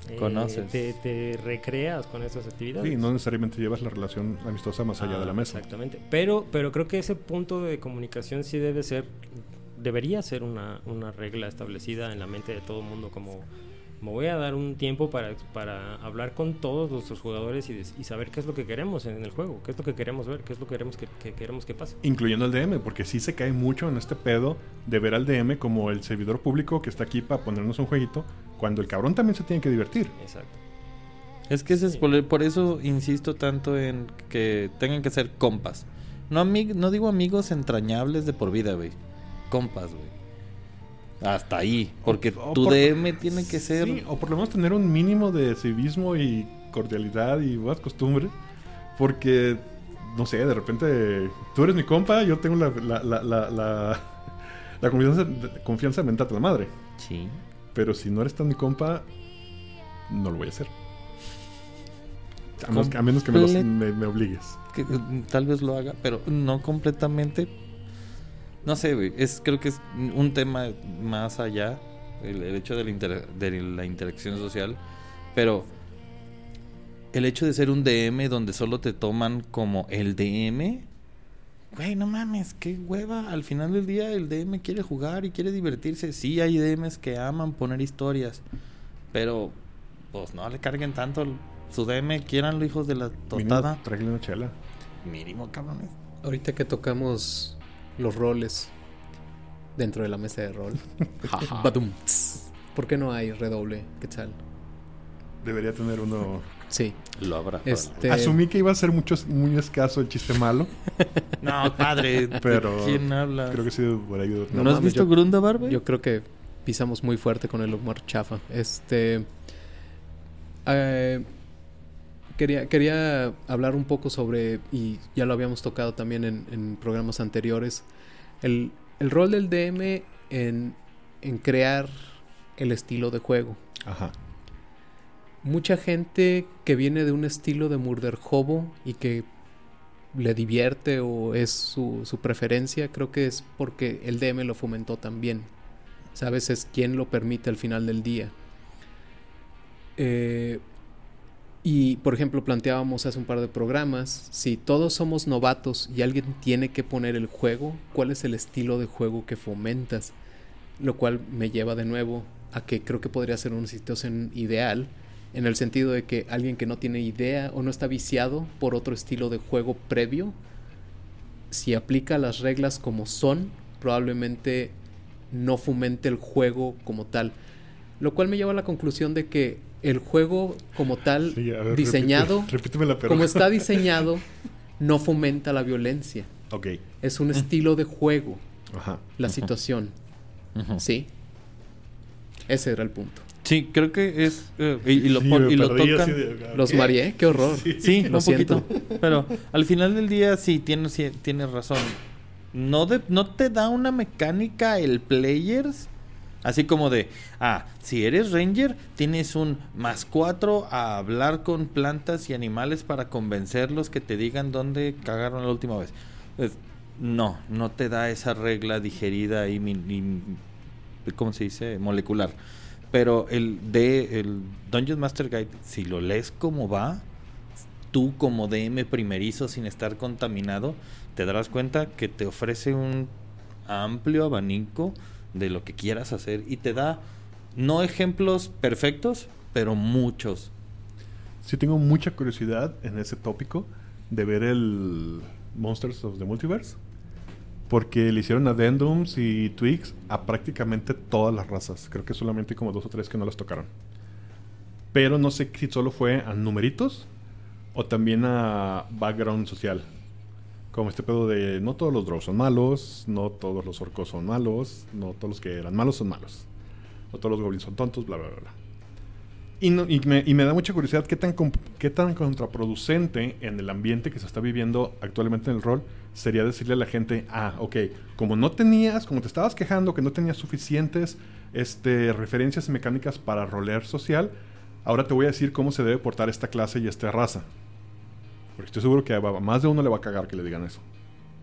eh, Conoces. te, te recreas con esas actividades. Sí, no necesariamente llevas la relación amistosa más allá Ah, de la mesa. Exactamente. Pero, pero creo que ese punto de comunicación sí debe ser, debería ser una, una regla establecida en la mente de todo el mundo, como me voy a dar un tiempo para, para hablar con todos nuestros jugadores y, des- y saber qué es lo que queremos en el juego, qué es lo que queremos ver, qué es lo que queremos que, que queremos que pase. Incluyendo al D M, porque sí se cae mucho en este pedo de ver al D M como el servidor público que está aquí para ponernos un jueguito, cuando el cabrón también se tiene que divertir. Exacto. Es que ese es Sí. por, por eso insisto tanto en que tengan que ser compas. No, amig no digo amigos entrañables de por vida, güey. Compas, güey. Hasta ahí. Porque O- o tu por- D M tiene que ser... Sí, o por lo menos tener un mínimo de civismo y cordialidad y buenas costumbres. Porque, no sé, de repente tú eres mi compa, yo tengo la, la, la, la, la, la confianza, confianza de mentarte la madre. Sí. Pero si no eres tan mi compa, no lo voy a hacer. A menos, que- a menos que me, los- Comple- me, me obligues. Que, mm, tal vez lo haga, pero no completamente. No sé, güey. Es, creo que es un tema más allá. El, el hecho de la, inter- de la interacción social. Pero el hecho de ser un D M donde solo te toman como el D M. Güey, no mames, qué hueva. Al final del día el D M quiere jugar y quiere divertirse. Sí, hay D Ms que aman poner historias. Pero, pues no le carguen tanto su D M. Quieranlo, hijos de la totada. Mínimo, tráigale una chela. Mínimo, cabrones. Ahorita que tocamos los roles dentro de la mesa de rol. Badum, tss. ¿Por qué no hay redoble? ¿Qué tal? Debería tener uno. Sí. Lo habrá. Este, Asumí que iba a ser mucho, muy escaso el chiste malo. No, padre. Pero ¿Quién habla? Creo que sí por ahí. ¿No, No has mames, visto yo- Grunda Barba? Yo creo que pisamos muy fuerte con el humor chafa. Este. eh, quería, quería hablar un poco sobre, y ya lo habíamos tocado también en, en programas anteriores, el, el rol del D M en, en crear el estilo de juego. Ajá. Mucha gente que viene de un estilo de Murder Hobo y que le divierte o es su, su preferencia, creo que es porque el D M lo fomentó también. ¿Sabes? Es quien lo permite al final del día. Eh, y, por ejemplo, planteábamos hace un par de programas, si todos somos novatos y alguien tiene que poner el juego, ¿cuál es el estilo de juego que fomentas? Lo cual me lleva de nuevo a que creo que podría ser una situación ideal, en el sentido de que alguien que no tiene idea o no está viciado por otro estilo de juego previo, si aplica las reglas como son, probablemente no fomente el juego como tal. Lo cual me lleva a la conclusión de que el juego como tal, Sí, a ver, diseñado, repite- repíteme la perra. como está diseñado, no fomenta la violencia. Ok. Es un estilo de juego, Ajá. la situación. Ujú. ¿Sí? Ese era el punto. Sí, creo que es... eh, y, y lo, Sí, pon- me y lo perdí tocan... así de- Los ¿qué? mareé, qué horror. Sí, Lo un siento. poquito. Pero al final del día sí tienes, sí, tienes razón. No, de, no te da una mecánica el players. Así como de, ah, si eres ranger, tienes un más cuatro a hablar con plantas y animales para convencerlos que te digan dónde cagaron la última vez. Pues, no, no te da esa regla digerida y, mi- y- ¿cómo se dice? Molecular. Pero el de el Dungeon Master Guide, si lo lees como va, tú como D M primerizo sin estar contaminado, te darás cuenta que te ofrece un amplio abanico de lo que quieras hacer y te da no ejemplos perfectos, pero muchos. Sí tengo mucha curiosidad en ese tópico de ver el Monsters of the Multiverse. Porque le hicieron addendums y tweaks a prácticamente todas las razas. Creo que solamente hay como dos o tres que no las tocaron. Pero no sé si solo fue a numeritos o también a background social. Como este pedo de no todos los drows son malos, no todos los orcos son malos, no todos los que eran malos son malos. O todos los goblins son tontos, bla, bla, bla, bla. Y, no- y me, y me da mucha curiosidad qué tan, comp- qué tan contraproducente en el ambiente que se está viviendo actualmente en el rol sería decirle a la gente, ah, ok, como no tenías, como te estabas quejando que no tenías suficientes este, referencias y mecánicas para rolear social, ahora te voy a decir cómo se debe portar esta clase y esta raza. Porque estoy seguro que a más de uno le va a cagar que le digan eso.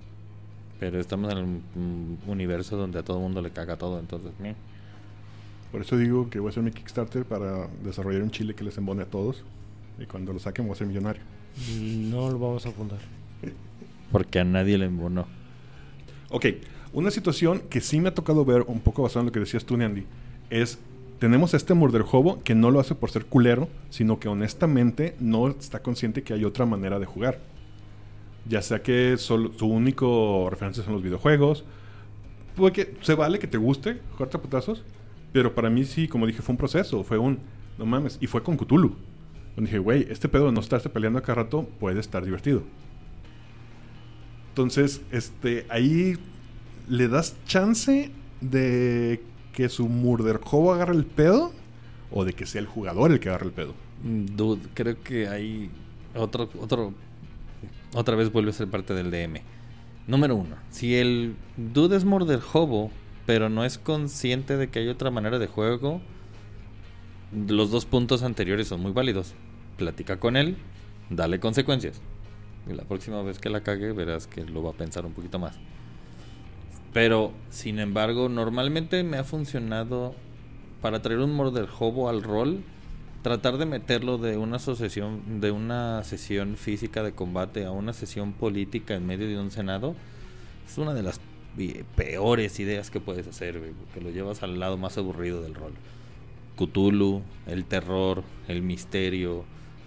Pero estamos en un universo donde a todo el mundo le caga todo, entonces... meh. Por eso digo que voy a hacer mi Kickstarter para desarrollar un chile que les embone a todos. Y cuando lo saquen voy a ser millonario. No lo vamos a fundar. Porque a nadie le embonó. Ok, una situación que sí me ha tocado ver, un poco basado en lo que decías tú, Andy, es... Tenemos a este Murder Hobo que no lo hace por ser culero, sino que honestamente no está consciente que hay otra manera de jugar. Ya sea que solo, su único referencia son los videojuegos. Porque se vale que te guste jugarte a putazos, pero para mí sí, como dije, fue un proceso. Fue un, no mames, y fue con Cthulhu. Donde dije, güey, este pedo de no estarse peleando a cada rato puede estar divertido. Entonces, este, ahí le das chance de que su Murder Hobo agarre el pedo o de que sea el jugador el que agarre el pedo. Dude, creo que hay otro, otro, otra vez vuelve a ser parte del D M. Número uno, si el dude es Murder Hobo, pero no es consciente de que hay otra manera de juego, los dos puntos anteriores son muy válidos. Platica con él, dale consecuencias. Y la próxima vez que la cague, verás que lo va a pensar un poquito más. Pero, sin embargo, normalmente me ha funcionado para traer un Murder Hobo al rol, tratar de meterlo de una asociación, de una sesión física de combate a una sesión política en medio de un senado. Es una de las peores ideas que puedes hacer, güey, porque lo llevas al lado más aburrido del rol. Cthulhu, el terror, el misterio,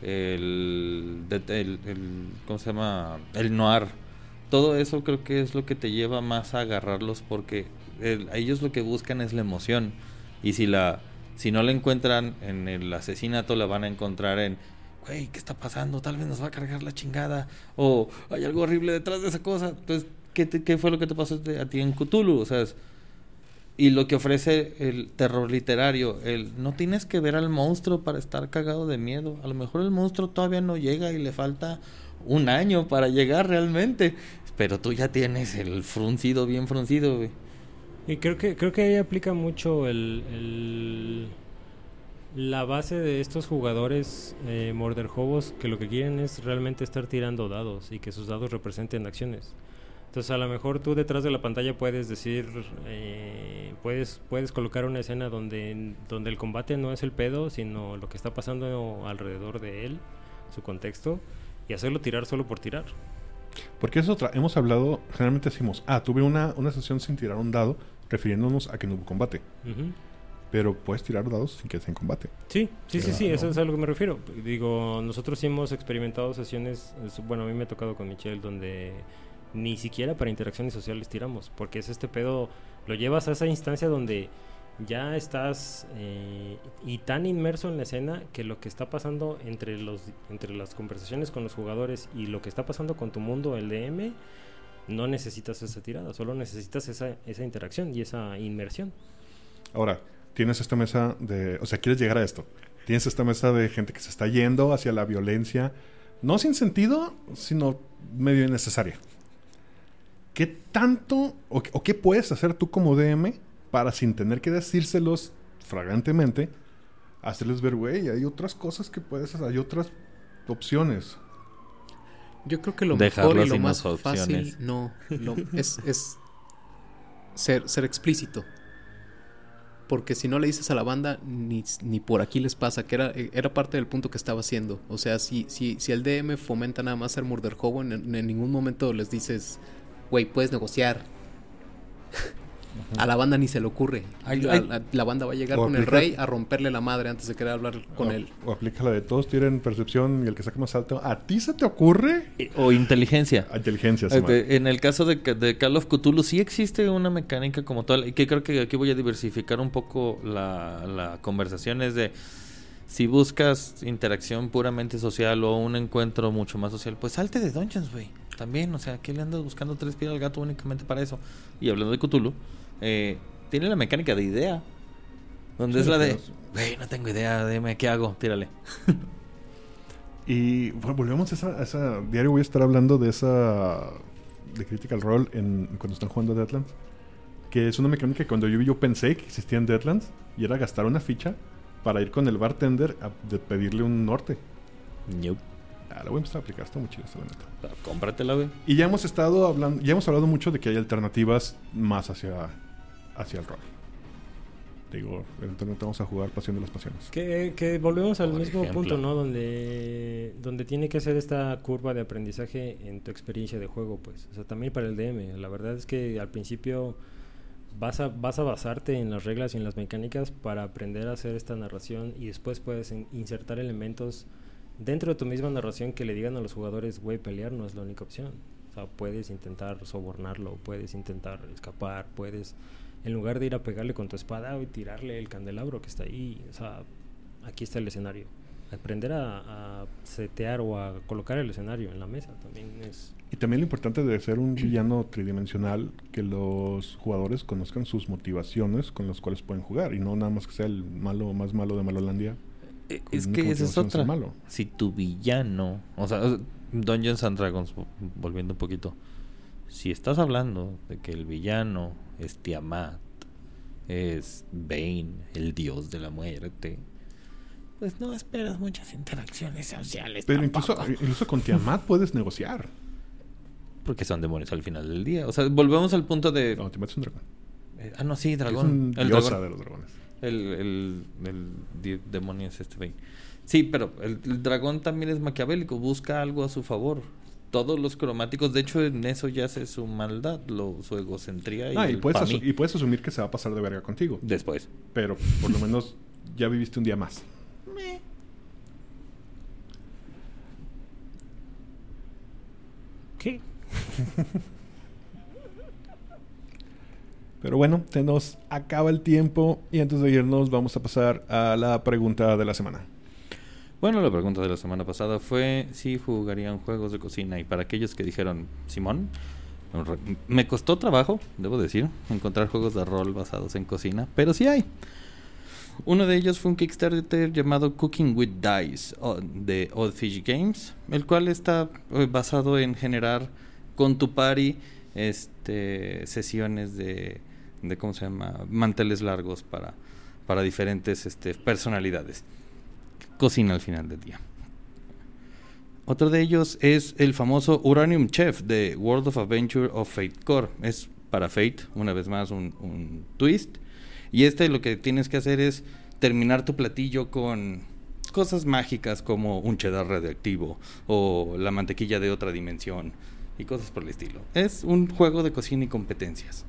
el, el, el, el ¿cómo se llama? El noir. Todo eso creo que es lo que te lleva más a agarrarlos, porque el, a ellos lo que buscan es la emoción. Y si la si no la encuentran en el asesinato, la van a encontrar en, güey, ¿qué está pasando? Tal vez nos va a cargar la chingada. O hay algo horrible detrás de esa cosa. Entonces, ¿qué, te, qué fue lo que te pasó a ti en Cthulhu? O sea, es, y lo que ofrece el terror literario, el no tienes que ver al monstruo para estar cagado de miedo. A lo mejor el monstruo todavía no llega y le falta un año para llegar realmente. Pero tú ya tienes el fruncido bien fruncido, güey. Y creo que creo que ahí aplica mucho el, el la base de estos jugadores eh, Murder Hobos, que lo que quieren es realmente estar tirando dados y que sus dados representen acciones. Entonces a lo mejor tú detrás de la pantalla puedes decir, eh, puedes puedes colocar una escena donde donde el combate no es el pedo, sino lo que está pasando alrededor de él, su contexto, y hacerlo tirar solo por tirar. Porque es otra, hemos hablado, generalmente decimos, ah, tuve una, una sesión sin tirar un dado, refiriéndonos a que no hubo combate. Uh-huh. Pero puedes tirar dados sin que sea en combate. Sí, sí, sí, sí, no. eso es a lo que me refiero. Digo, nosotros sí hemos experimentado sesiones, bueno, a mí me ha tocado con Michelle, donde ni siquiera para interacciones sociales tiramos, porque es este pedo, lo llevas a esa instancia donde ya estás eh, y tan inmerso en la escena que lo que está pasando entre los entre las conversaciones con los jugadores y lo que está pasando con tu mundo, el D M, no necesitas esa tirada, solo necesitas esa, esa interacción y esa inmersión. Ahora, tienes esta mesa de... O sea, quieres llegar a esto. Tienes esta mesa de gente que se está yendo hacia la violencia, no sin sentido, sino medio innecesaria. ¿Qué tanto o, o qué puedes hacer tú como D M para, sin tener que decírselos flagrantemente, hacerles ver, güey, hay otras cosas que puedes hacer, hay otras opciones? Yo creo que lo Dejarlo mejor y lo sin más las fácil opciones. no lo, es, es ser, ser explícito. Porque si no le dices a la banda, ni, ni por aquí les pasa, que era, era parte del punto que estaba haciendo. O sea, si, si, si el D M fomenta nada más ser Murder Hobo, en, en ningún momento les dices, güey, puedes negociar. A la banda ni se le ocurre. Ay, la, ay. La, la banda va a llegar O con aplica- el rey a romperle la madre antes de querer hablar con o, él. O aplica la de todos tienen percepción y el que saca más alto. ¿A ti se te ocurre? O inteligencia. A inteligencia, se Eh, llama. de- en el caso de, ca- de Call of Cthulhu sí existe una mecánica como tal, y que creo que aquí voy a diversificar un poco la, la conversación. Es de, si buscas interacción puramente social o un encuentro mucho más social, pues salte de Dungeons, güey. También, o sea, ¿qué le andas buscando tres pies al gato únicamente para eso? Y hablando de Cthulhu, eh, tiene la mecánica de idea, donde Sí, es la de, pero- güey, no tengo idea, dime, ¿qué hago? Tírale. Y bueno, volvemos a esa, a esa... Diario voy a estar hablando de esa... De Critical Role en, cuando están jugando Deadlands. Que es una mecánica que cuando yo vi yo pensé que existía en Deadlands. Y era gastar una ficha para ir con el bartender a de pedirle un norte. Nope. Ah, la voy a empezar a aplicar, está muy chida esta la neta. Pero cómpratela, güey. Y ya hemos estado hablando... Ya hemos hablado mucho de que hay alternativas más hacia... Hacia el rol. Digo, entonces vamos a jugar Pasión de las Pasiones. Que, que volvemos al Por mismo ejemplo. punto, ¿no? Donde, donde tiene que ser esta curva de aprendizaje en tu experiencia de juego, pues. O sea, también para el D M. La verdad es que al principio vas a, vas a basarte en las reglas y en las mecánicas para aprender a hacer esta narración y después puedes in- insertar elementos dentro de tu misma narración que le digan a los jugadores, güey, pelear no es la única opción. O sea, puedes intentar sobornarlo, puedes intentar escapar, puedes... En lugar de ir a pegarle con tu espada y tirarle el candelabro que está ahí, o sea, aquí está el escenario. Aprender a, a setear o a colocar el escenario en la mesa también es... Y también lo importante de ser un villano tridimensional, que los jugadores conozcan sus motivaciones con las cuales pueden jugar, y no nada más que sea el malo más malo de Malolandia. Eh, con Es única que esa es motivación otra. ser malo. Si tu villano, o sea, o- Dungeons and Dragons, vo- volviendo un poquito, si estás hablando de que el villano es Tiamat, es Bane, el dios de la muerte, pues no esperas muchas interacciones sociales. Pero tampoco. incluso, incluso con Tiamat puedes negociar. Porque son demonios al final del día. O sea, volvemos al punto de... No, Tiamat es un dragón. eh, ah, no, sí, Es dragón. un el diosa dragón. de los dragones. El, el, el di- demonio es este Bane. Sí, pero el, el dragón también es maquiavélico, busca algo a su favor. Todos los cromáticos, de hecho, en eso yace su maldad, lo, su egocentría y, Ah, y el puedes, pa' asu- mí. y puedes asumir que se va a pasar de verga contigo. Después. Pero por lo menos ya viviste un día más. ¿Qué? Pero bueno, se nos acaba el tiempo y antes de irnos vamos a pasar a la pregunta de la semana. Bueno, la pregunta de la semana pasada fue si jugarían juegos de cocina. Y para aquellos que dijeron, Simón, re- me costó trabajo, debo decir, encontrar juegos de rol basados en cocina, pero sí hay. Uno de ellos fue un Kickstarter llamado Cooking with Dice o- de Odd Fishy Games, el cual está eh, basado en generar con tu party este, sesiones de, de, ¿cómo se llama? Manteles largos para, para diferentes este, personalidades. Cocina al final del día. Otro de ellos es el famoso Uranium Chef de World of Adventure of Fate Core. Es para Fate, una vez más, un, un twist. Y este lo que tienes que hacer es terminar tu platillo con cosas mágicas como un cheddar radioactivo o la mantequilla de otra dimensión y cosas por el estilo. Es un juego de cocina y competencias.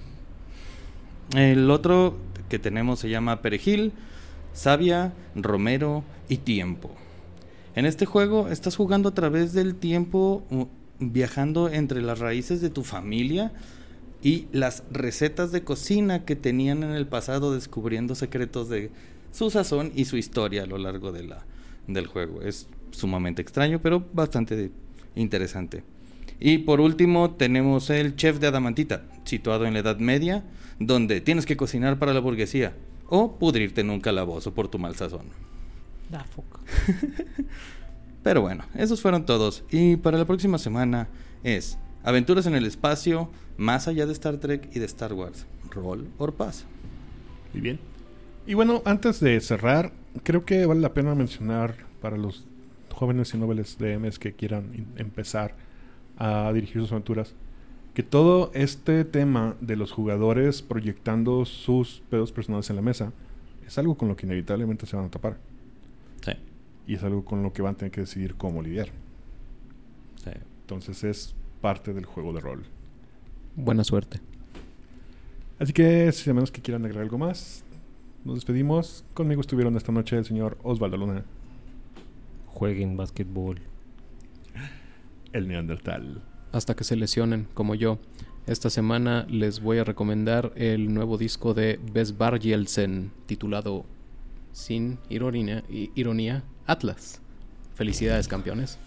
El otro que tenemos se llama Perejil, Savia, Romero y Tiempo. En este juego estás jugando a través del tiempo, uh, viajando entre las raíces de tu familia y las recetas de cocina que tenían en el pasado, descubriendo secretos de su sazón y su historia a lo largo de la, del juego. Es sumamente extraño, pero bastante interesante. Y por último tenemos el Chef de Adamantita, situado en la Edad Media, donde tienes que cocinar para la burguesía o pudrirte en un calabozo por tu mal sazón. Ah, fuck. Pero bueno, esos fueron todos. Y para la próxima semana es Aventuras en el espacio, más allá de Star Trek y de Star Wars. Roll or pass. Muy bien. Y bueno, antes de cerrar, creo que vale la pena mencionar para los jóvenes y nobles D Ms que quieran in- empezar a dirigir sus aventuras, que todo este tema de los jugadores proyectando sus pedos personales en la mesa es algo con lo que inevitablemente se van a topar. Sí, Y es algo con lo que van a tener que decidir cómo lidiar. sí. Entonces es parte del juego de rol. Buena suerte. Así que, si a menos que quieran agregar algo más, nos despedimos. Conmigo estuvieron esta noche el señor Osvaldo Luna, Jueguen básquetbol. el Neandertal. Hasta que se lesionen, como yo. Esta semana les voy a recomendar el nuevo disco de Bes Bargielsen, titulado Sin ironía, i- ironía, Atlas. Felicidades, campeones.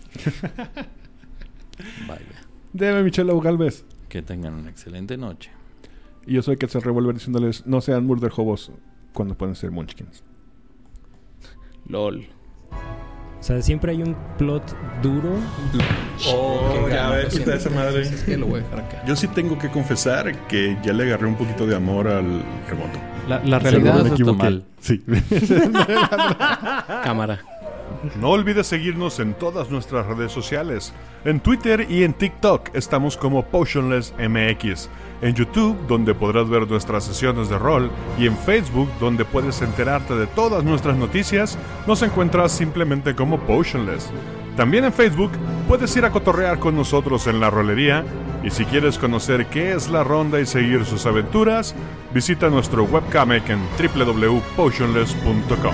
Vaya. Deme Michelle Galvez. Que tengan una excelente noche. Y yo soy Quetzal Revolver diciéndoles, no sean murder hobos cuando pueden ser munchkins. LOL. O sea, siempre hay un plot duro. Oh, Qué ya gana, ves, siempre. esa madre. Es que lo voy a dejar acá. Yo sí tengo que confesar que ya le agarré un poquito de amor al remoto. La, la Seguro realidad, no está mal. Sí. cámara. No olvides seguirnos en todas nuestras redes sociales. En Twitter y en TikTok estamos como Potionless M X. En YouTube, donde podrás ver nuestras sesiones de rol, y en Facebook, donde puedes enterarte de todas nuestras noticias, nos encuentras simplemente como Potionless. También en Facebook puedes ir a cotorrear con nosotros en la rolería, y si quieres conocer qué es la ronda y seguir sus aventuras, visita nuestro webcomic en w w w punto potionless punto com.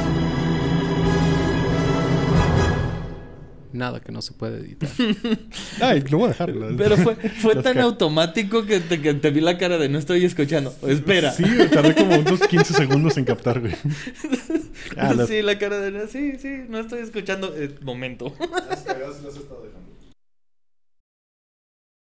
Nada que no se puede editar. Ay, lo voy a dejar. Pero fue, fue tan automático que te, que te vi la cara de no estoy escuchando. Espera. Sí, tardé como unos quince segundos en captar, güey. Ah, sí, la cara de no, sí, sí, no estoy escuchando. Eh, momento. Las cagadas las he estado dejando.